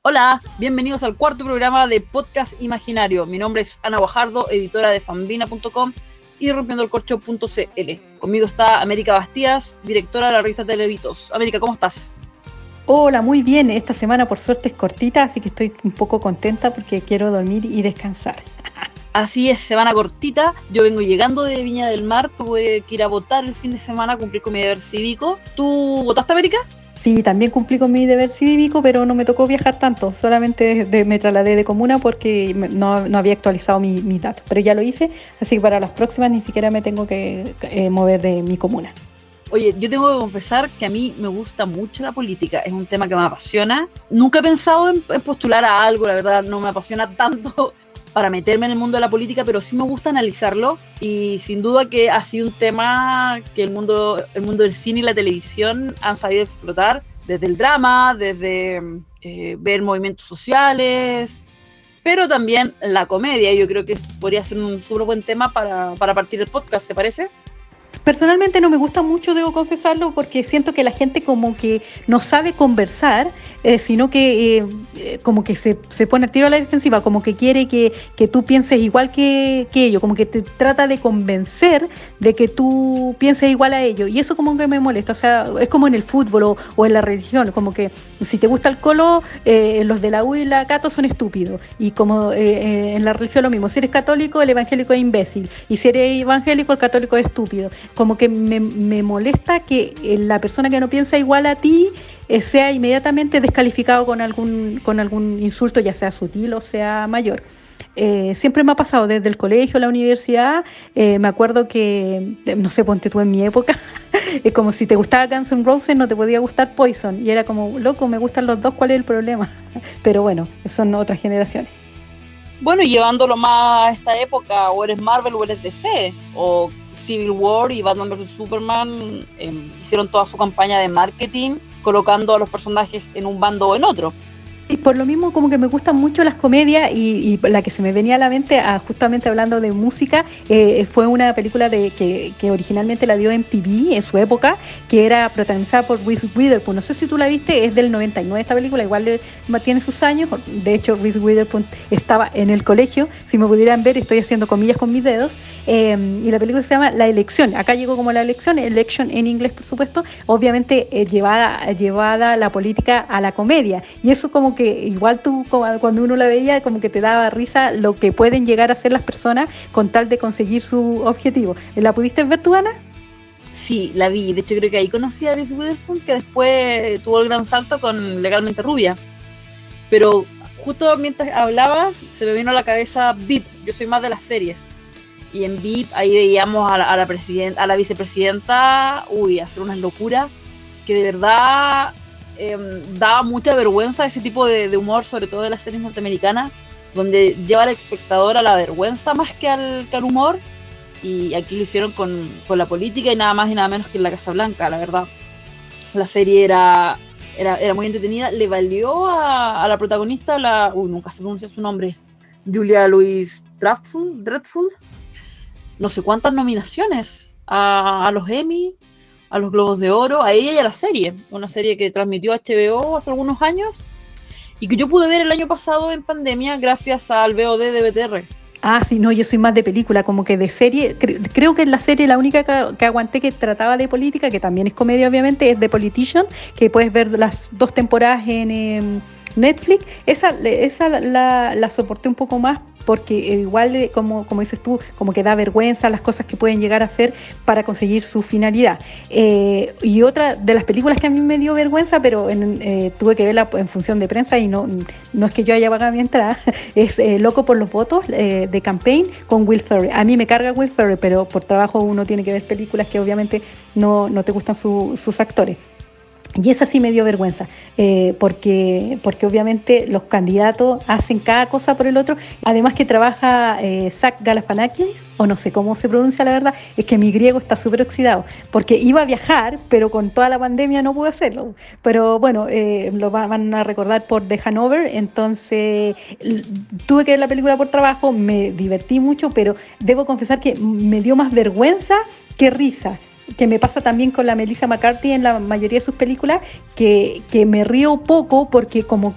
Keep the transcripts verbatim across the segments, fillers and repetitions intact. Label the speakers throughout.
Speaker 1: Hola, bienvenidos al cuarto programa de Podcast Imaginario. Mi nombre es Ana Guajardo, editora de fanbina punto com y rompiendo el corcho punto c l. Conmigo está América Bastías, directora de la revista Televitos. América, ¿cómo estás?
Speaker 2: Hola, muy bien. Esta semana por suerte es cortita, así que estoy un poco contenta porque quiero dormir y descansar.
Speaker 1: Así es, semana cortita. Yo vengo llegando de Viña del Mar, tuve que ir a votar el fin de semana, cumplir con mi deber cívico. ¿Tú votaste, América?
Speaker 2: Sí, también cumplí con mi deber cívico, pero no me tocó viajar tanto. Solamente de, de, me trasladé de comuna porque no, no había actualizado mis mi datos. Pero ya lo hice, así que para las próximas ni siquiera me tengo que eh, mover de mi comuna.
Speaker 1: Oye, yo tengo que confesar que a mí me gusta mucho la política. Es un tema que me apasiona. Nunca he pensado en, en postular a algo, la verdad, no me apasiona tanto para meterme en el mundo de la política, pero sí me gusta analizarlo y sin duda que ha sido un tema que el mundo, el mundo del cine y la televisión han sabido explotar, desde el drama, desde eh, ver movimientos sociales, pero también la comedia. Yo creo que podría ser un súper buen tema para, para partir el podcast, ¿te parece?
Speaker 2: Personalmente no me gusta mucho, debo confesarlo, porque siento que la gente como que no sabe conversar, eh, sino que eh, como que se, se pone al tiro a la defensiva, como que quiere que, que tú pienses igual que, que ellos, como que te trata de convencer de que tú pienses igual a ellos, y eso como que me molesta. O sea, es como en el fútbol o, o en la religión, como que si te gusta el Colo, eh, los de la U y la Cato son estúpidos, y como eh, eh, en la religión lo mismo, si eres católico el evangélico es imbécil, y si eres evangélico el católico es estúpido. Como que me, me molesta que la persona que no piensa igual a ti eh, sea inmediatamente descalificado con algún, con algún insulto, ya sea sutil o sea mayor. Eh, siempre me ha pasado desde el colegio, la universidad. Eh, me acuerdo que, no sé, ponte tú en mi época, es como si te gustaba Guns N' Roses, no te podía gustar Poison. Y era como, loco, me gustan los dos, ¿cuál es el problema? Pero bueno, son otras generaciones.
Speaker 1: Bueno, y llevándolo más a esta época, o eres Marvel o eres D C, o Civil War y Batman versus. Superman eh, hicieron toda su campaña de marketing colocando a los personajes en un bando o en otro.
Speaker 2: Y por lo mismo como que me gustan mucho las comedias y, y la que se me venía a la mente, ah, justamente hablando de música, eh, fue una película de que, que originalmente la dio M T V en su época, que era protagonizada por Reese Witherspoon. No sé si tú la viste, es del noventa y nueve esta película, igual tiene sus años. De hecho, Reese Witherspoon estaba en el colegio, si me pudieran ver, estoy haciendo comillas con mis dedos, eh, y la película se llama La Elección. Acá llegó como La Elección, Election en inglés, por supuesto, obviamente eh, llevada, llevada la política a la comedia, y eso como que igual tú cuando uno la veía como que te daba risa lo que pueden llegar a hacer las personas con tal de conseguir su objetivo. ¿La pudiste ver tú, Ana?
Speaker 1: Sí, la vi. De hecho creo que ahí conocí a Reese Witherspoon, que después tuvo el gran salto con Legalmente Rubia. Pero justo mientras hablabas se me vino a la cabeza V I P. Yo soy más de las series. Y en V I P ahí veíamos a la, a la, president- a la vicepresidenta uy, hacer unas locuras que de verdad Eh, daba mucha vergüenza ese tipo de, de humor, sobre todo de las series norteamericanas, donde lleva al espectador a la vergüenza más que al, que al humor. Y aquí lo hicieron con, con la política y nada más y nada menos que en La Casa Blanca, la verdad. La serie era, era, era muy entretenida. Le valió a, a la protagonista, la uy, nunca se pronuncia su nombre, Julia Louis-Dreyfus, Dreyfus, no sé cuántas nominaciones a, a los Emmy, a los Globos de Oro, a ella y a la serie, una serie que transmitió H B O hace algunos años y que yo pude ver el año pasado en pandemia gracias al V O D de B T R.
Speaker 2: Ah, sí, no, yo soy más de película, como que de serie. Cre- creo que en la serie la única que, que aguanté que trataba de política, que también es comedia obviamente, es The Politician, que puedes ver las dos temporadas en eh, Netflix. Esa, esa la, la soporté un poco más porque igual, como, como dices tú, como que da vergüenza las cosas que pueden llegar a hacer para conseguir su finalidad. Eh, y otra de las películas que a mí me dio vergüenza, pero en, eh, tuve que verla en función de prensa y no, no es que yo haya pagado mi entrada, es eh, Loco por los votos, eh, de Campaign, con Will Ferrell. A mí me carga Will Ferrell, pero por trabajo uno tiene que ver películas que obviamente no, no te gustan su, sus actores. Y esa sí me dio vergüenza, eh, porque, porque obviamente los candidatos hacen cada cosa por el otro. Además que trabaja eh, Zach Galifianakis, o no sé cómo se pronuncia la verdad, es que mi griego está súper oxidado, porque iba a viajar, pero con toda la pandemia no pude hacerlo. Pero bueno, eh, lo van a recordar por The Hangover, entonces tuve que ver la película por trabajo, me divertí mucho, pero debo confesar que me dio más vergüenza que risa. Que me pasa también con la Melissa McCarthy en la mayoría de sus películas, que, que me río poco porque como que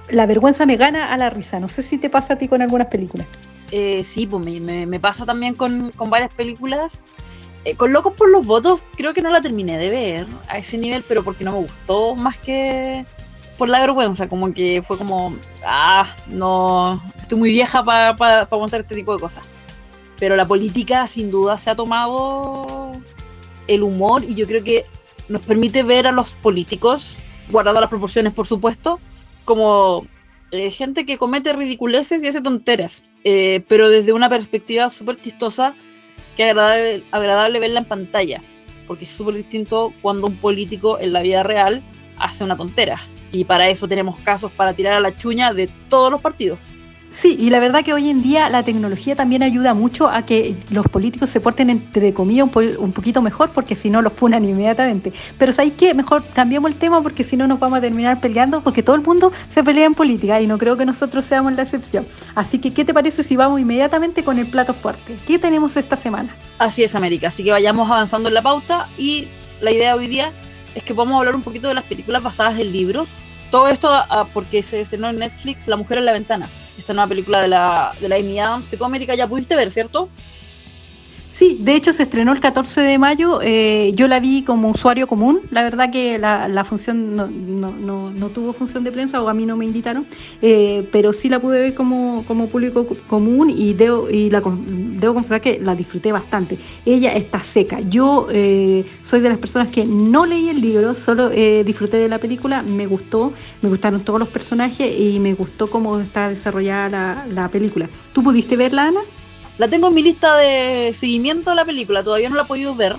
Speaker 2: la vergüenza me gana a la risa. No sé si te pasa a ti con algunas películas.
Speaker 1: Eh, sí, pues me, me, me pasa también con, con varias películas. Eh, con Locos por los Votos creo que no la terminé de ver a ese nivel, pero porque no me gustó más que por la vergüenza, como que fue como, ah, no, estoy muy vieja para pa, pa aguantar este tipo de cosas. Pero la política sin duda se ha tomado el humor y yo creo que nos permite ver a los políticos, guardando las proporciones por supuesto, como eh, gente que comete ridiculeces y hace tonteras, eh, pero desde una perspectiva súper chistosa, que es agradable, agradable verla en pantalla, porque es súper distinto cuando un político en la vida real hace una tontera, y para eso tenemos casos para tirar a la chuña de todos los partidos.
Speaker 2: Sí, y la verdad que hoy en día la tecnología también ayuda mucho a que los políticos se porten, entre comillas, un, po- un poquito mejor, porque si no los funan inmediatamente. Pero ¿sabéis qué? Mejor cambiamos el tema, porque si no nos vamos a terminar peleando, porque todo el mundo se pelea en política y no creo que nosotros seamos la excepción. Así que, ¿qué te parece si vamos inmediatamente con el plato fuerte? ¿Qué tenemos esta semana?
Speaker 1: Así es, América, así que vayamos avanzando en la pauta, y la idea hoy día es que podamos hablar un poquito de las películas basadas en libros. Todo esto ah, porque se estrenó en Netflix La Mujer en la Ventana, esta nueva película de la, de la Amy Adams, que tú, América, ya pudiste ver, ¿cierto?
Speaker 2: Sí, de hecho se estrenó el catorce de mayo, eh, yo la vi como usuario común, la verdad que la, la función no, no, no, no tuvo función de prensa, o a mí no me invitaron, eh, pero sí la pude ver como, como público común, y, debo, y la, debo confesar que la disfruté bastante. Ella está seca, yo eh, soy de las personas que no leí el libro, solo eh, disfruté de la película, me gustó, me gustaron todos los personajes y me gustó cómo está desarrollada la, la película. ¿Tú pudiste verla, Ana?
Speaker 1: La tengo en mi lista de seguimiento de la película, todavía no la he podido ver.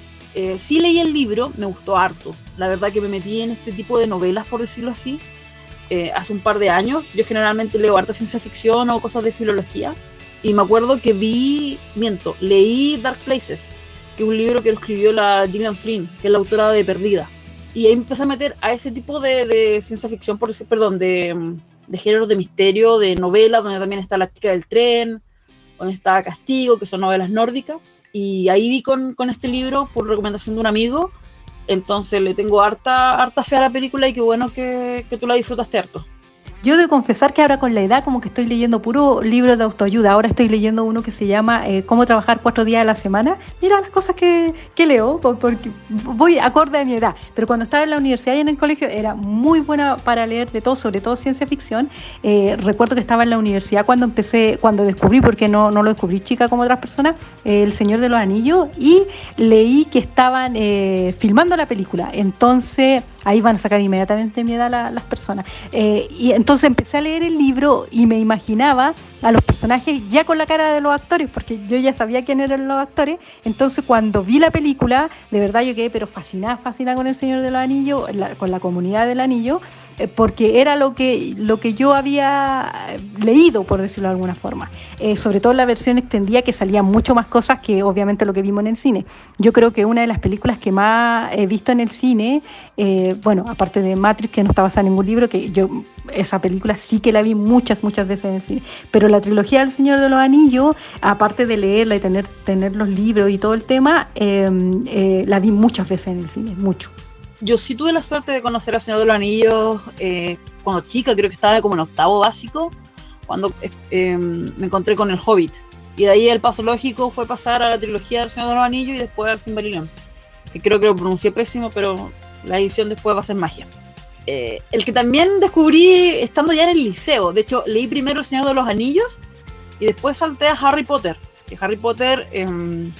Speaker 1: Eh, sí leí el libro, me gustó harto. La verdad que me metí en este tipo de novelas, por decirlo así, eh, hace un par de años. Yo generalmente leo harta ciencia ficción o cosas de filología. Y me acuerdo que vi, miento, leí Dark Places, que es un libro que lo escribió la Gillian Flynn, que es la autora de Perdida. Y ahí me empecé a meter a ese tipo de, de ciencia ficción, por decir, perdón, de, de géneros de misterio, de novelas, donde también está La chica del tren, donde está Castigo, que son novelas nórdicas, y ahí vi con, con este libro por recomendación de un amigo, entonces le tengo harta, harta fe a la película, y qué bueno que, que tú la disfrutaste harto.
Speaker 2: Yo debo confesar que ahora con la edad como que estoy leyendo puro libros de autoayuda. Ahora estoy leyendo uno que se llama eh, Cómo trabajar cuatro días a la semana. Mira las cosas que, que leo, porque voy acorde a mi edad. Pero cuando estaba en la universidad y en el colegio era muy buena para leer de todo, sobre todo ciencia ficción. Eh, recuerdo que estaba en la universidad cuando empecé, cuando descubrí, porque no, no lo descubrí chica como otras personas, eh, El Señor de los Anillos, y leí que estaban eh, filmando la película. Entonces ahí van a sacar inmediatamente mi edad la, las personas. Eh, y entonces empecé a leer el libro y me imaginaba a los personajes ya con la cara de los actores, porque yo ya sabía quién eran los actores. Entonces cuando vi la película, de verdad yo quedé pero fascinada, fascinada con El Señor de los Anillos, la, con la comunidad del anillo, eh, porque era lo que, lo que yo había leído, por decirlo de alguna forma. Eh, sobre todo en la versión extendida, que salían mucho más cosas que obviamente lo que vimos en el cine. Yo creo que una de las películas que más he visto en el cine, eh, bueno, aparte de Matrix, que no está basada en ningún libro, que yo esa película sí que la vi muchas, muchas veces en el cine, pero la trilogía del Señor de los Anillos, aparte de leerla y tener, tener los libros y todo el tema, eh, eh, la vi muchas veces en el cine, mucho.
Speaker 1: Yo sí tuve la suerte de conocer al Señor de los Anillos eh, cuando chica, creo que estaba como en octavo básico, cuando eh, me encontré con El Hobbit, y de ahí el paso lógico fue pasar a la trilogía del Señor de los Anillos y después al Silmarillion, que creo que lo pronuncié pésimo, pero la edición después va a ser magia. Eh, el que también descubrí estando ya en el liceo, de hecho leí primero El Señor de los Anillos y después salté a Harry Potter, que Harry Potter eh,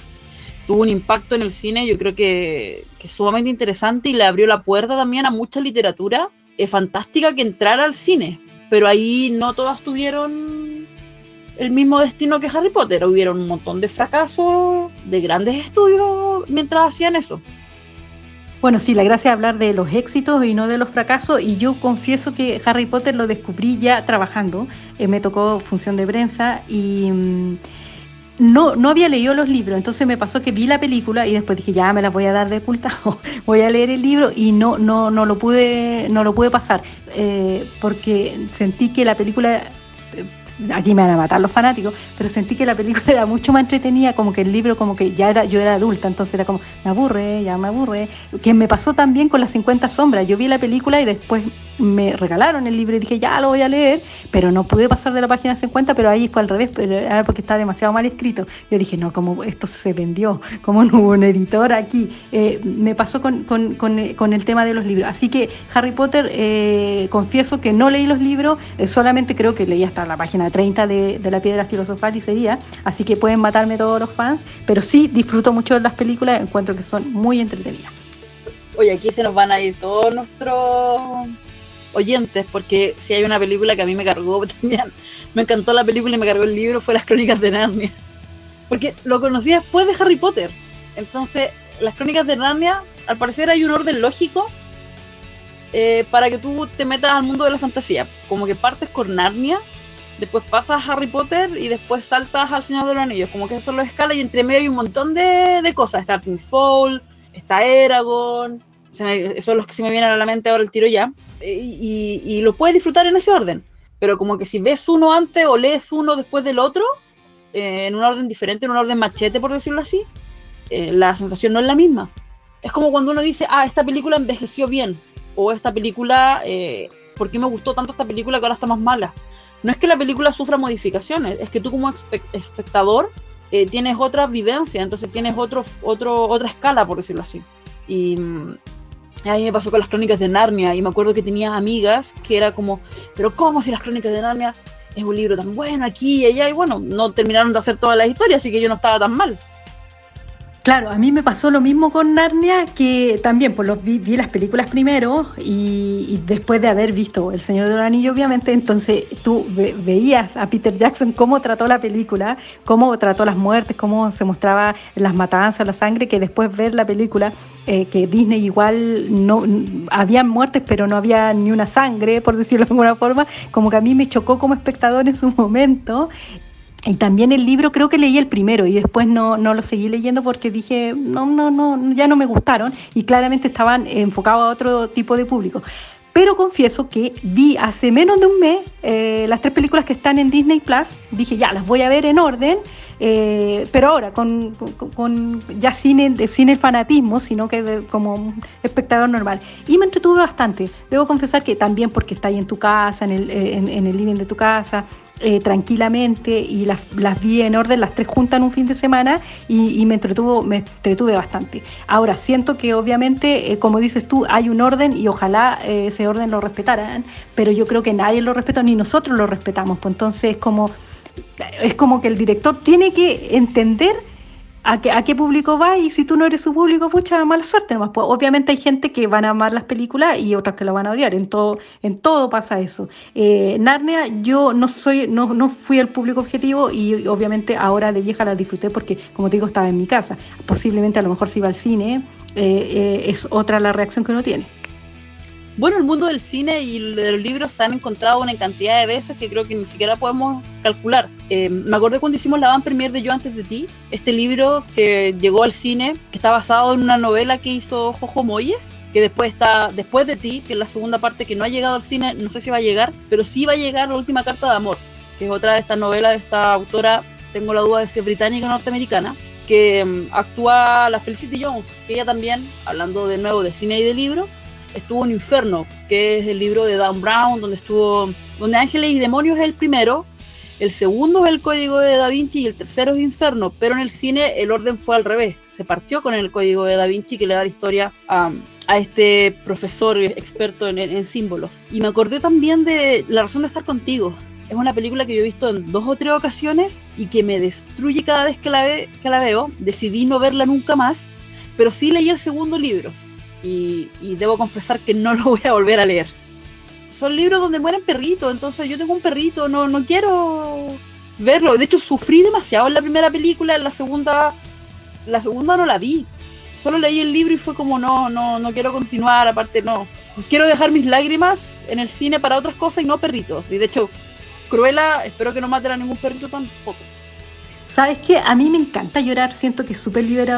Speaker 1: tuvo un impacto en el cine, yo creo que, que sumamente interesante, y le abrió la puerta también a mucha literatura eh, fantástica que entrara al cine, pero ahí no todas tuvieron el mismo destino que Harry Potter, hubieron un montón de fracasos de grandes estudios mientras hacían eso.
Speaker 2: Bueno, sí, la gracia es hablar de los éxitos y no de los fracasos, y yo confieso que Harry Potter lo descubrí ya trabajando, eh, me tocó función de prensa y mmm, no, no había leído los libros, entonces me pasó que vi la película y después dije, ya me la voy a dar de culta, voy a leer el libro, y no, no, no lo pude, no lo pude pasar, eh, porque sentí que la película... Aquí me van a matar los fanáticos, pero sentí que la película era mucho más entretenida, como que el libro, como que ya era, yo era adulta, entonces era como, me aburre, ya me aburre, que me pasó también con Las cincuenta sombras. Yo vi la película y después me regalaron el libro y dije, ya lo voy a leer, pero no pude pasar de la página cincuenta, pero ahí fue al revés, pero era porque estaba demasiado mal escrito. Yo dije, no, como esto se vendió, como no hubo un editor aquí. Eh, me pasó con, con, con, con el tema de los libros. Así que Harry Potter, eh, confieso que no leí los libros, eh, solamente creo que leí hasta la página treinta de, de La Piedra Filosofal y sería, así que pueden matarme todos los fans, pero sí disfruto mucho de las películas, encuentro que son muy entretenidas.
Speaker 1: Oye, aquí se nos van a ir todos nuestros oyentes, porque si hay una película que a mí me cargó también, me encantó la película y me cargó el libro, fue Las Crónicas de Narnia, porque lo conocí después de Harry Potter. Entonces, Las Crónicas de Narnia, al parecer hay un orden lógico eh, para que tú te metas al mundo de la fantasía, como que partes con Narnia, después pasas a Harry Potter y después saltas al Señor de los Anillos, como que eso lo escala, y entre medio hay un montón de, de cosas. Está Prince Fall, está Eragon, se me, esos son los que se me vienen a la mente ahora el tiro ya, y, y, y lo puedes disfrutar en ese orden, pero como que si ves uno antes o lees uno después del otro, eh, en un orden diferente, en un orden machete, por decirlo así, eh, la sensación no es la misma. Es como cuando uno dice, ah, esta película envejeció bien, o esta película, eh, ¿por qué me gustó tanto esta película que ahora está más mala? No es que la película sufra modificaciones, es que tú como espectador eh, tienes otra vivencia, entonces tienes otro, otro, otra escala, por decirlo así. Y a mí me pasó con Las Crónicas de Narnia, y me acuerdo que tenía amigas que era como, pero ¿cómo si Las Crónicas de Narnia es un libro tan bueno aquí y allá? Y bueno, no terminaron de hacer toda la historia, así que yo no estaba tan mal.
Speaker 2: Claro, a mí me pasó lo mismo con Narnia, que también pues los vi, vi las películas primero y, y después de haber visto El Señor de los Anillos, obviamente, entonces tú ve, veías a Peter Jackson cómo trató la película, cómo trató las muertes, cómo se mostraba las matanzas, la sangre, que después ver la película, eh, que Disney igual no, había muertes, pero no había ni una sangre, por decirlo de alguna forma, como que a mí me chocó como espectador en su momento. Y también el libro creo que leí el primero y después no, no lo seguí leyendo porque dije, no, no, no, ya no me gustaron y claramente estaban enfocados a otro tipo de público. Pero confieso que vi hace menos de un mes eh, las tres películas que están en Disney Plus, dije ya, las voy a ver en orden, eh, pero ahora con, con, con ya sin el, sin el fanatismo, sino que de, como un espectador normal. Y me entretuve bastante. Debo confesar que también porque está ahí en tu casa, en el, en, en el living de tu casa, Eh, tranquilamente, y las, las vi en orden, las tres juntas en un fin de semana, y, y me entretuvo, me entretuve bastante. Ahora, siento que obviamente, eh, como dices tú, hay un orden y ojalá eh, ese orden lo respetaran, pero yo creo que nadie lo respetó, ni nosotros lo respetamos, pues entonces es como, es como que el director tiene que entender a qué, a qué público va, y si tú no eres su público, pucha, mala suerte nomás. Pues obviamente hay gente que van a amar las películas y otras que la van a odiar, en todo, en todo pasa eso. Eh, Narnia, yo no soy, no, no fui el público objetivo, y obviamente ahora de vieja la disfruté porque, como te digo, estaba en mi casa. Posiblemente a lo mejor si iba al cine, eh, eh, es otra la reacción que uno tiene.
Speaker 1: Bueno, el mundo del cine y de los libros se han encontrado una cantidad de veces que creo que ni siquiera podemos calcular. Eh, me acordé cuando hicimos la van premier de Yo antes de ti, este libro que llegó al cine, que está basado en una novela que hizo Jojo Moyes, que después está Después de ti, que es la segunda parte que no ha llegado al cine, no sé si va a llegar, pero sí va a llegar La Última Carta de Amor, que es otra de estas novelas de esta autora, tengo la duda de si es británica o norteamericana, que um, actúa la Felicity Jones, que ella también, hablando de nuevo de cine y de libro, estuvo en Inferno, que es el libro de Dan Brown, donde estuvo, donde Ángeles y Demonios es el primero, el segundo es el Código de Da Vinci y el tercero es Inferno, pero en el cine el orden fue al revés, se partió con el Código de Da Vinci, que le da la historia a, a este profesor experto en, en, en símbolos. Y me acordé también de La razón de estar contigo. Es una película que yo he visto en dos o tres ocasiones y que me destruye cada vez que la, ve, que la veo. Decidí no verla nunca más, pero sí leí el segundo libro. Y, y debo confesar que no lo voy a volver a leer. Son libros donde mueren perritos, entonces yo tengo un perrito, no, no quiero verlo. De hecho, sufrí demasiado en la primera película, en la segunda, la segunda no la vi. Solo leí el libro y fue como no, no, no quiero continuar, aparte no. Quiero dejar mis lágrimas en el cine para otras cosas y no perritos. Y de hecho, Cruella, espero que no maten a ningún perrito tampoco.
Speaker 2: ¿Sabes qué? A mí me encanta llorar, siento que es súper liberador.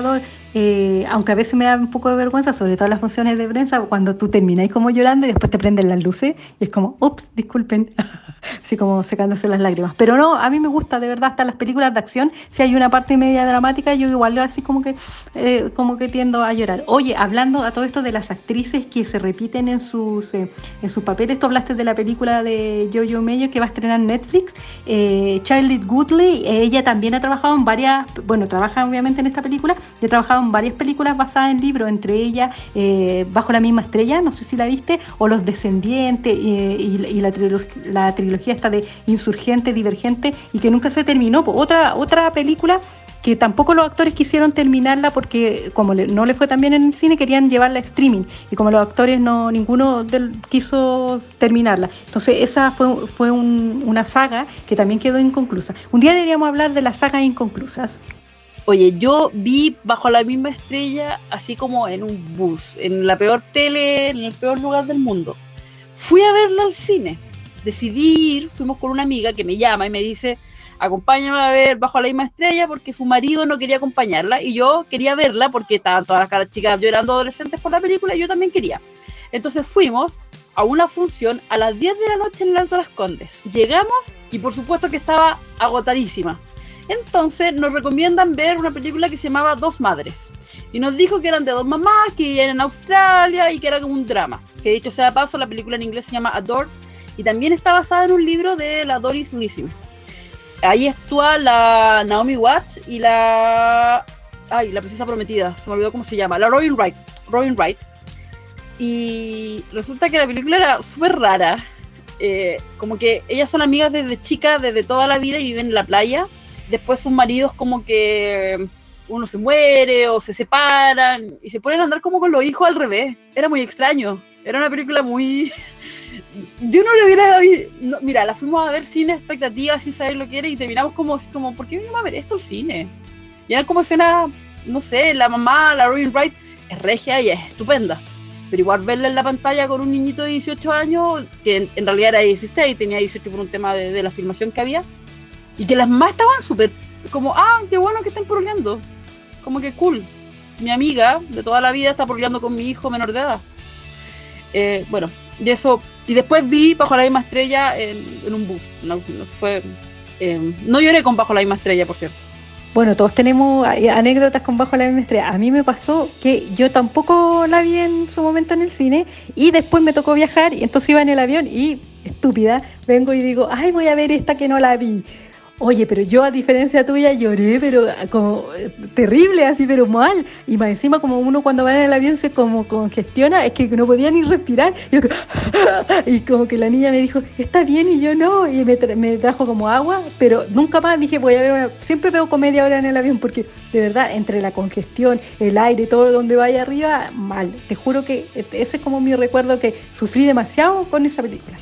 Speaker 2: eh, aunque a veces me da un poco de vergüenza, sobre todo en las funciones de prensa, cuando tú termináis como llorando y después te prenden las luces y es como, ups, disculpen, así como secándose las lágrimas. Pero no, a mí me gusta de verdad hasta las películas de acción, si hay una parte media dramática, yo igual así como que, eh, como que tiendo a llorar. Oye, hablando a todo esto de las actrices que se repiten en sus, eh, en sus papeles, tú hablaste de la película de Jojo Mayer que va a estrenar Netflix, eh, Charlotte Woodley, eh, ella también ha trabajado en varias, bueno, trabaja obviamente en esta película, y ha trabajado en varias películas basadas en libros, entre ellas eh, Bajo la misma estrella, no sé si la viste, o Los Descendientes, eh, y, y la, trilog la trilogía esta de Insurgente, Divergente, y que nunca se terminó. Otra, otra película que tampoco los actores quisieron terminarla porque como le, no le fue tan bien en el cine, querían llevarla a streaming, y como los actores no, ninguno del, quiso terminarla, entonces esa fue, fue un, una saga que también quedó inconclusa. Un día deberíamos hablar de las sagas inconclusas.
Speaker 1: Oye, yo vi Bajo la misma estrella así como en un bus, en la peor tele, en el peor lugar del mundo. Fui a verla al cine, decidí ir, fuimos con una amiga que me llama y me dice, acompáñame a ver Bajo la misma estrella, porque su marido no quería acompañarla y yo quería verla porque estaban todas las chicas llorando adolescentes por la película y yo también quería. Entonces fuimos a una función a las diez de la noche en el Alto Las Condes. Llegamos y por supuesto que estaba agotadísima. Entonces nos recomiendan ver una película que se llamaba Dos Madres. Y nos dijo que eran de dos mamás, que vivían en Australia y que era como un drama. Que dicho sea de paso, la película en inglés se llama Adored y también está basada en un libro de la Doris Lessing. Ahí actúa la Naomi Watts y la... Ay, la princesa prometida, se me olvidó cómo se llama, la Robin Wright. Robin Wright. Y resulta que la película era súper rara. Eh, como que ellas son amigas desde chicas, desde toda la vida y viven en la playa. Después sus maridos como que uno se muere o se separan y se ponen a andar como con los hijos al revés. Era muy extraño. Era una película muy... Yo no lo hubiera... No, mira, la fuimos a ver sin expectativas, sin saber lo que era y terminamos como, como ¿por qué vinimos a ver esto al cine? Y eran como escenas, no sé, la mamá, la Robin Wright, es regia y es estupenda. Pero igual verla en la pantalla con un niñito de dieciocho años, que en, en realidad era dieciséis, tenía dieciocho por un tema de, de la filmación que había, y que las mamás estaban súper como, ah, qué bueno que están pololeando. Como que cool. Mi amiga de toda la vida está pololeando con mi hijo menor de edad. Eh, bueno, y eso. Y después vi Bajo la misma estrella en, en un bus. No, no, fue, eh, no lloré con Bajo la misma estrella, por cierto.
Speaker 2: Bueno, todos tenemos anécdotas con Bajo la misma estrella. A mí me pasó que yo tampoco la vi en su momento en el cine y después me tocó viajar y entonces iba en el avión y, estúpida, vengo y digo, ay, voy a ver esta que no la vi. Oye, pero yo a diferencia tuya lloré, pero como terrible, así, pero mal. Y más encima como uno cuando va en el avión se como congestiona, es que no podía ni respirar. Y, yo, y como que la niña me dijo, ¿está bien? Y yo no, y me, tra me trajo como agua, pero nunca más dije, voy a ver una... Siempre veo comedia ahora en el avión, porque de verdad, entre la congestión, el aire, todo donde vaya arriba, mal. Te juro que ese es como mi recuerdo, que sufrí demasiado con esa película.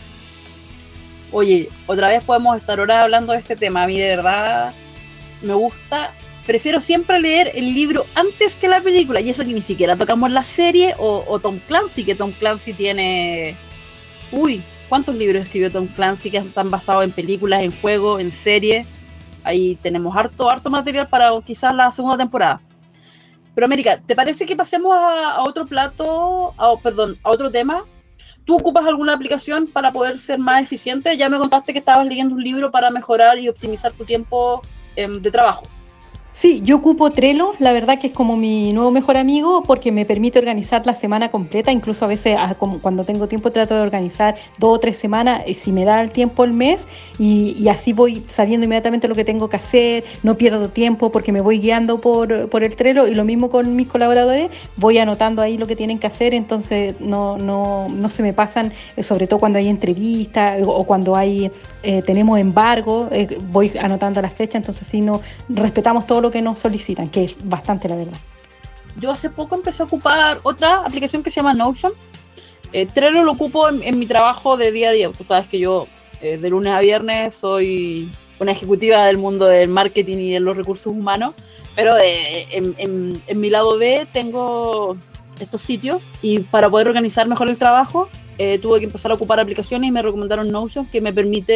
Speaker 1: Oye, otra vez podemos estar horas hablando de este tema. A mí de verdad me gusta. Prefiero siempre leer el libro antes que la película. Y eso que ni siquiera tocamos la serie o, o Tom Clancy, que Tom Clancy tiene... Uy, ¿cuántos libros escribió Tom Clancy que están basados en películas, en juegos, en series? Ahí tenemos harto, harto material para quizás la segunda temporada. Pero América, ¿te parece que pasemos a, a otro plato, a, perdón, a otro tema? ¿Tú ocupas alguna aplicación para poder ser más eficiente? Ya me contaste que estabas leyendo un libro para mejorar y optimizar tu tiempo eh, de trabajo.
Speaker 2: Sí, yo ocupo Trello, la verdad que es como mi nuevo mejor amigo porque me permite organizar la semana completa, incluso a veces como cuando tengo tiempo trato de organizar dos o tres semanas, si me da el tiempo el mes, y, y así voy sabiendo inmediatamente lo que tengo que hacer, no pierdo tiempo porque me voy guiando por, por el Trello, y lo mismo con mis colaboradores, voy anotando ahí lo que tienen que hacer, entonces no, no, no se me pasan, sobre todo cuando hay entrevistas o cuando hay eh, tenemos embargo, eh, voy anotando las fechas, entonces así no respetamos todo lo que nos solicitan, que es bastante, la verdad.
Speaker 1: Yo hace poco empecé a ocupar otra aplicación que se llama Notion. Eh, Trello lo ocupo en, en mi trabajo de día a día. Tú sabes que yo eh, de lunes a viernes soy una ejecutiva del mundo del marketing y de los recursos humanos, pero eh, en, en, en mi lado B tengo estos sitios, y para poder organizar mejor el trabajo eh, tuve que empezar a ocupar aplicaciones y me recomendaron Notion, que me permite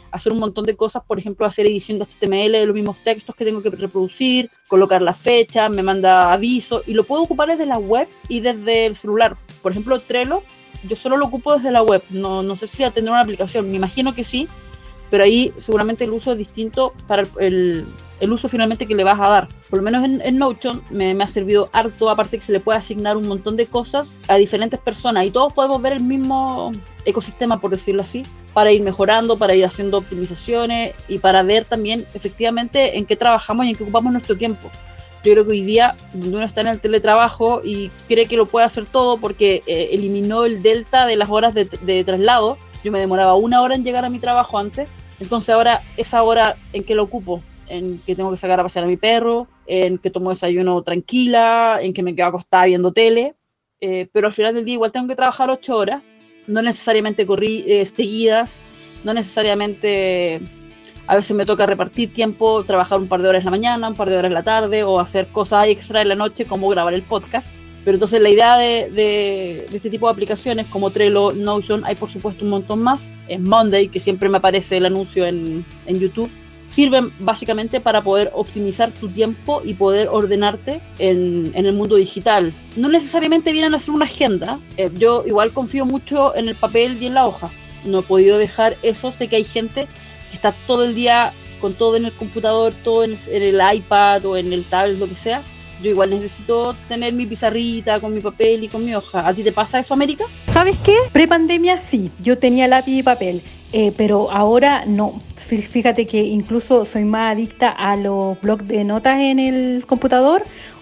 Speaker 1: hacer un montón de cosas, por ejemplo, hacer edición de H T M L de los mismos textos que tengo que reproducir, colocar la fecha, me manda aviso, y lo puedo ocupar desde la web y desde el celular. Por ejemplo, Trello, yo solo lo ocupo desde la web, no, no sé si va a tener una aplicación, me imagino que sí, pero ahí seguramente el uso es distinto para el, el, el uso finalmente que le vas a dar. Por lo menos en, en Notion me, me ha servido harto, aparte que se le puede asignar un montón de cosas a diferentes personas y todos podemos ver el mismo ecosistema, por decirlo así, para ir mejorando, para ir haciendo optimizaciones y para ver también efectivamente en qué trabajamos y en qué ocupamos nuestro tiempo. Yo creo que hoy día, donde uno está en el teletrabajo y cree que lo puede hacer todo porque eh, eliminó el delta de las horas de, de traslado, yo me demoraba una hora en llegar a mi trabajo antes, entonces ahora esa hora en que lo ocupo, en que tengo que sacar a pasear a mi perro, en que tomo desayuno tranquila, en que me quedo acostada viendo tele, eh, pero al final del día igual tengo que trabajar ocho horas, no necesariamente corrí eh, seguidas, no necesariamente... A veces me toca repartir tiempo, trabajar un par de horas en la mañana, un par de horas en la tarde, o hacer cosas extra en la noche, como grabar el podcast. Pero entonces la idea de, de, de este tipo de aplicaciones, como Trello, Notion, hay por supuesto un montón más. Es Monday, que siempre me aparece el anuncio en, en YouTube. Sirven básicamente para poder optimizar tu tiempo y poder ordenarte en, en el mundo digital. No necesariamente vienen a hacer una agenda. Eh, yo igual confío mucho en el papel y en la hoja. No he podido dejar eso. Sé que hay gente que está todo el día con todo en el computador, todo en el, en el iPad o en el tablet, lo que sea. Yo igual necesito tener mi pizarrita con mi papel y con mi hoja. ¿A ti te pasa eso, América?
Speaker 2: ¿Sabes qué? Pre-pandemia sí, yo tenía lápiz y papel, eh, pero ahora no. Fíjate que incluso soy más adicta a los blocs de notas en el computador,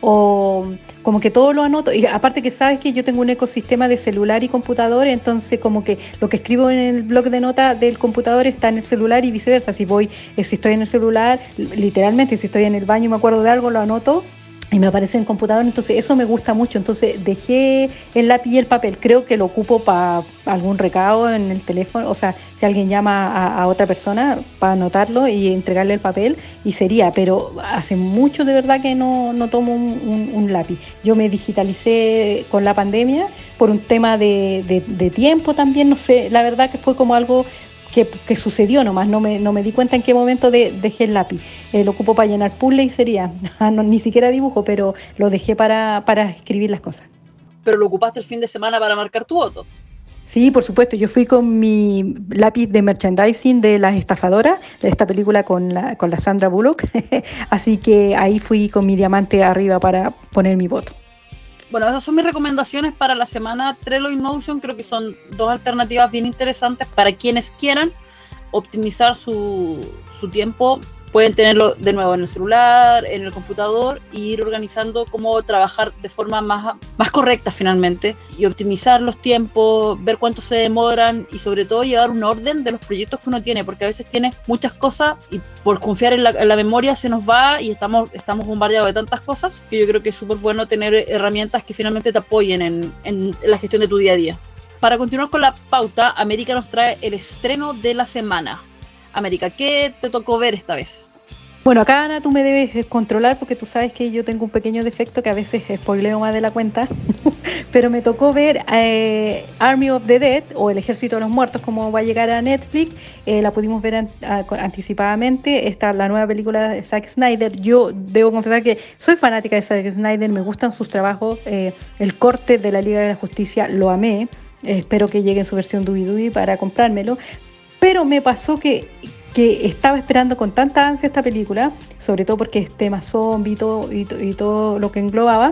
Speaker 2: o como que todo lo anoto, y aparte que sabes que yo tengo un ecosistema de celular y computador, entonces como que lo que escribo en el bloc de notas del computador está en el celular y viceversa. Si voy, eh, si estoy en el celular, literalmente si estoy en el baño y me acuerdo de algo, lo anoto y me aparece en el computador, entonces eso me gusta mucho. Entonces dejé el lápiz y el papel, creo que lo ocupo para algún recado en el teléfono, o sea, si alguien llama a, a otra persona, para anotarlo y entregarle el papel, y sería, pero hace mucho de verdad que no, no tomo un, un, un lápiz. Yo me digitalicé con la pandemia por un tema de, de, de tiempo también, no sé, la verdad que fue como algo Que, que sucedió nomás, no me, no me di cuenta en qué momento de, dejé el lápiz. Eh, lo ocupo para llenar puzzles y sería, no, ni siquiera dibujo, pero lo dejé para, para escribir las cosas.
Speaker 1: ¿Pero lo ocupaste el fin de semana para marcar tu voto?
Speaker 2: Sí, por supuesto, yo fui con mi lápiz de merchandising de Las Estafadoras, de esta película con la, con la Sandra Bullock, así que ahí fui con mi diamante arriba para poner mi voto.
Speaker 1: Bueno, esas son mis recomendaciones para la semana. Trello y Notion creo que son dos alternativas bien interesantes para quienes quieran optimizar su, su tiempo. Pueden tenerlo de nuevo en el celular, en el computador, e ir organizando cómo trabajar de forma más, más correcta finalmente, y optimizar los tiempos, ver cuánto se demoran y sobre todo llevar un orden de los proyectos que uno tiene, porque a veces tiene muchas cosas y por confiar en la, en la memoria se nos va y estamos, estamos bombardeados de tantas cosas que yo creo que es súper bueno tener herramientas que finalmente te apoyen en, en la gestión de tu día a día. Para continuar con la pauta, América nos trae el estreno de la semana. América, ¿qué te tocó ver esta vez?
Speaker 2: Bueno, acá, Ana, tú me debes controlar porque tú sabes que yo tengo un pequeño defecto que a veces spoileo más de la cuenta, pero me tocó ver eh, Army of the Dead, o El Ejército de los Muertos, como va a llegar a Netflix. Eh, la pudimos ver an- a- anticipadamente. Esta la nueva película de Zack Snyder. Yo debo confesar que soy fanática de Zack Snyder, me gustan sus trabajos. Eh, el corte de la Liga de la Justicia lo amé. Eh, espero que llegue en su versión Dubi Dubi para comprármelo. Pero me pasó que, que estaba esperando con tanta ansia esta película, sobre todo porque es tema zombie y todo, y, y todo lo que englobaba,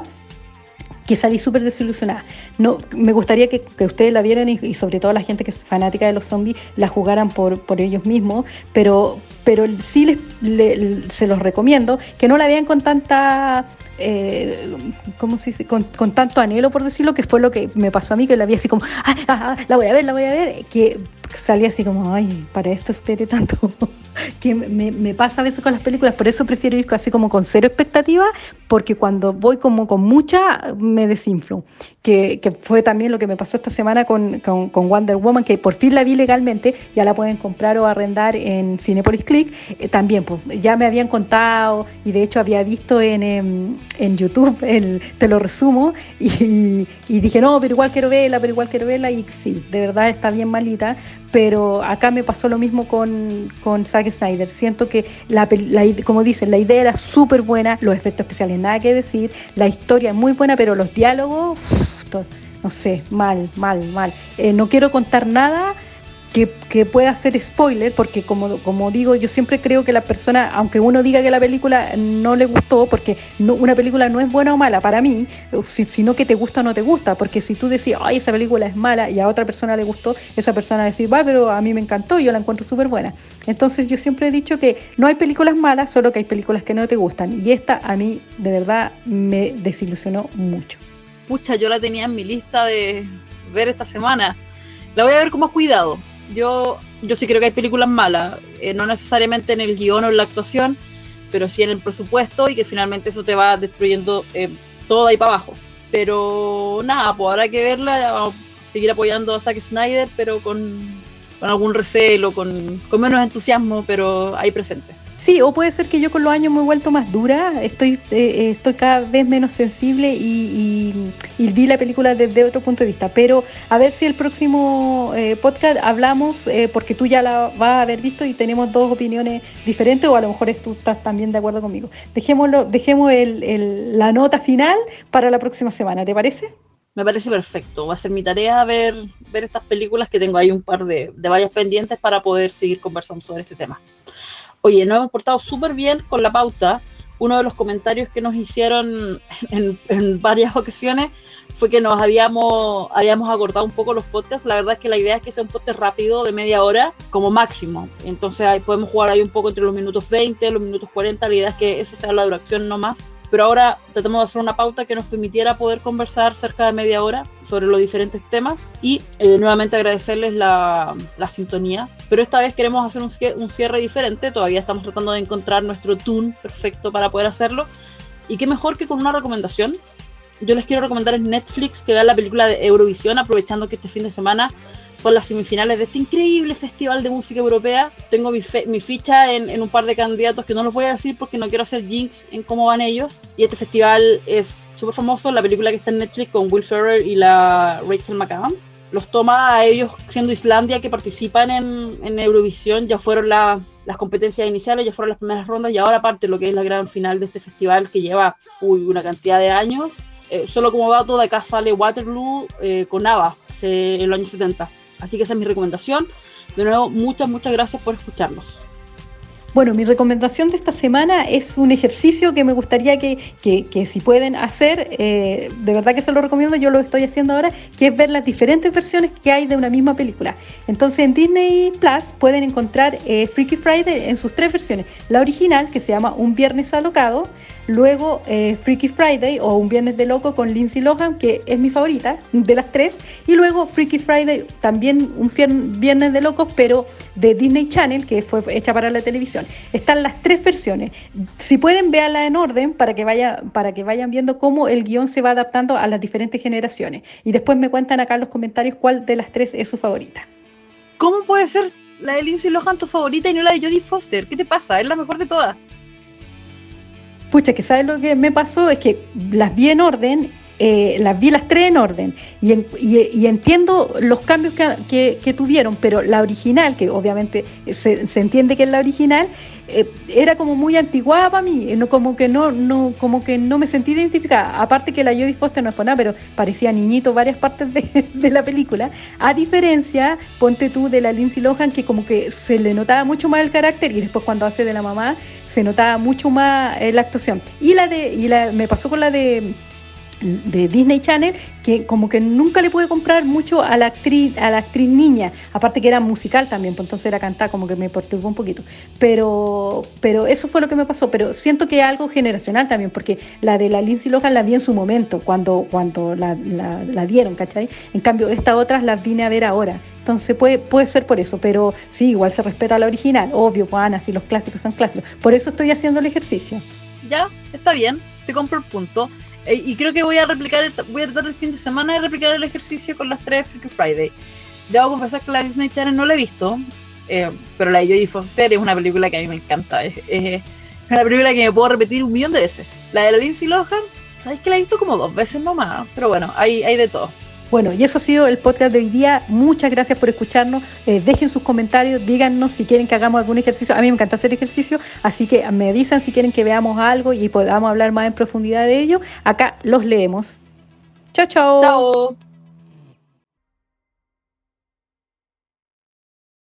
Speaker 2: que salí súper desilusionada. No, me gustaría que, que ustedes la vieran y, y sobre todo la gente que es fanática de los zombies la jugaran por, por ellos mismos, pero, pero sí les, les, se los recomiendo que no la vean con tanta... Eh, ¿cómo se dice? Con, con tanto anhelo, por decirlo, que fue lo que me pasó a mí, que la vi así como, ah, ah, ah, la voy a ver, la voy a ver, que salí así como, ay, para esto esperé tanto, que me, me pasa a veces con las películas, por eso prefiero ir así como con cero expectativa, porque cuando voy como con mucha, me desinflo, que, que fue también lo que me pasó esta semana con, con, con Wonder Woman, que por fin la vi legalmente, ya la pueden comprar o arrendar en Cinépolis Click, eh, también, pues, ya me habían contado, y de hecho había visto en... en en YouTube, el, te lo resumo, y, y dije, no, pero igual quiero verla, pero igual quiero verla, y sí, de verdad está bien malita, pero acá me pasó lo mismo con, con Zack Snyder. Siento que, la, la, como dicen, la idea era súper buena, los efectos especiales nada que decir, la historia es muy buena, pero los diálogos, uf, todo, no sé, mal, mal, mal. Eh, no quiero contar nada que, que pueda ser spoiler, porque como, como digo, yo siempre creo que la persona, aunque uno diga que la película no le gustó, porque no, una película no es buena o mala para mí, sino que te gusta o no te gusta, porque si tú decís, ay, esa película es mala y a otra persona le gustó, esa persona va a decir, va, pero a mí me encantó y yo la encuentro súper buena. Entonces yo siempre he dicho que no hay películas malas, solo que hay películas que no te gustan, y esta a mí de verdad me desilusionó mucho.
Speaker 1: Pucha, yo la tenía en mi lista de ver esta semana. La voy a ver con más cuidado. Yo, yo sí creo que hay películas malas, eh, no necesariamente en el guión o en la actuación, pero sí en el presupuesto, y que finalmente eso te va destruyendo eh, todo ahí para abajo. Pero nada, pues habrá que verla, vamos a seguir apoyando a Zack Snyder, pero con, con algún recelo, con, con menos entusiasmo, pero ahí presente.
Speaker 2: Sí, o puede ser que yo con los años me he vuelto más dura, estoy eh, estoy cada vez menos sensible y, y, y vi la película desde otro punto de vista, pero a ver si el próximo eh, podcast hablamos, eh, porque tú ya la vas a haber visto y tenemos dos opiniones diferentes, o a lo mejor tú estás también de acuerdo conmigo. Dejémoslo, dejemos el, el, la nota final para la próxima semana, ¿te parece?
Speaker 1: Me parece perfecto, va a ser mi tarea ver, ver estas películas, que tengo ahí un par de, de varias pendientes para poder seguir conversando sobre este tema. Oye, nos hemos portado súper bien con la pauta. Uno de los comentarios que nos hicieron en, en varias ocasiones fue que nos habíamos, habíamos acortado un poco los podcasts. La verdad es que la idea es que sea un podcast rápido de media hora como máximo. Entonces ahí podemos jugar ahí un poco entre los minutos veinte, los minutos cuarenta. La idea es que eso sea la duración, no más. Pero ahora tratamos de hacer una pauta que nos permitiera poder conversar cerca de media hora sobre los diferentes temas, y eh, nuevamente agradecerles la, la sintonía. Pero esta vez queremos hacer un, un cierre diferente. Todavía estamos tratando de encontrar nuestro tune perfecto para poder hacerlo, y qué mejor que con una recomendación. Yo les quiero recomendar en Netflix que vean la película de Eurovisión, aprovechando que este fin de semana son las semifinales de este increíble festival de música europea. Tengo mi, fe, mi ficha en, en un par de candidatos que no los voy a decir porque no quiero hacer jinx en cómo van ellos. Y este festival es súper famoso. La película que está en Netflix con Will Ferrell y la Rachel McAdams los toma a ellos, siendo Islandia, que participan en, en Eurovisión. Ya fueron la, las competencias iniciales, ya fueron las primeras rondas, y ahora parte lo que es la gran final de este festival, que lleva uy, una cantidad de años. Eh, solo como dato, de acá sale Waterloo eh, con ABBA en los años setenta. Así que esa es mi recomendación. De nuevo, muchas, muchas gracias por escucharnos.
Speaker 2: Bueno, mi recomendación de esta semana es un ejercicio que me gustaría que, que, que si pueden hacer, eh, de verdad que se lo recomiendo, yo lo estoy haciendo ahora, que es ver las diferentes versiones que hay de una misma película. Entonces en Disney Plus pueden encontrar eh, Freaky Friday en sus tres versiones. La original, que se llama Un Viernes Alocado, luego eh, Freaky Friday o Un Viernes de Loco con Lindsay Lohan, que es mi favorita de las tres, y luego Freaky Friday, también un Viernes de Locos, pero de Disney Channel, que fue hecha para la televisión. Están las tres versiones. Si pueden, véanla en orden para que vaya, para que vayan viendo cómo el guión se va adaptando a las diferentes generaciones. Y después me cuentan acá en los comentarios cuál de las tres es su favorita.
Speaker 1: ¿Cómo puede ser la de Lindsay Lohan tu favorita y no la de Jodie Foster? ¿Qué te pasa? Es la mejor de todas.
Speaker 2: Pucha, que ¿sabes lo que me pasó? Es que las vi en orden, eh, las vi las tres en orden, y, en, y, y entiendo los cambios que, que, que tuvieron, pero la original, que obviamente se, se entiende que es la original, eh, era como muy antigua para mí, no, como que no, no, como que no me sentí identificada. Aparte que la Jodie Foster no es por nada, pero parecía niñito varias partes de, de la película, a diferencia, ponte tú, de la Lindsay Lohan, que como que se le notaba mucho más el carácter, y después cuando hace de la mamá se notaba mucho más eh, la actuación. Y la de y la me pasó con la de de Disney Channel, que como que nunca le pude comprar mucho a la actriz a la actriz niña, aparte que era musical también, pues entonces era cantar, como que me perturbó un poquito, pero pero eso fue lo que me pasó. Pero siento que es algo generacional también, porque la de la Lindsay Lohan la vi en su momento, cuando cuando la, la, la dieron, ¿cachai? En cambio estas otras las vine a ver ahora, entonces puede, puede ser por eso, pero sí, igual se respeta la original, obvio, pues Ana, si los clásicos son clásicos, por eso estoy haciendo el ejercicio.
Speaker 1: Ya, está bien, te compro el punto. Eh, y creo que voy a replicar, el, voy a tratar el fin de semana de replicar el ejercicio con las tres Freaky Friday. Debo confesar que la Disney Channel no la he visto, eh, pero la de Jodie Foster es una película que a mí me encanta. Es, es, es una película que me puedo repetir un millón de veces. La de la Lindsay Lohan, ¿sabéis que la he visto como dos veces nomás? Pero bueno, hay, hay de todo.
Speaker 2: Bueno, y eso ha sido el podcast de hoy día. Muchas gracias por escucharnos. Eh, dejen sus comentarios, díganos si quieren que hagamos algún ejercicio. A mí me encanta hacer ejercicio, así que me avisan si quieren que veamos algo y podamos hablar más en profundidad de ello. Acá los leemos. Chao, chao.
Speaker 1: Chao.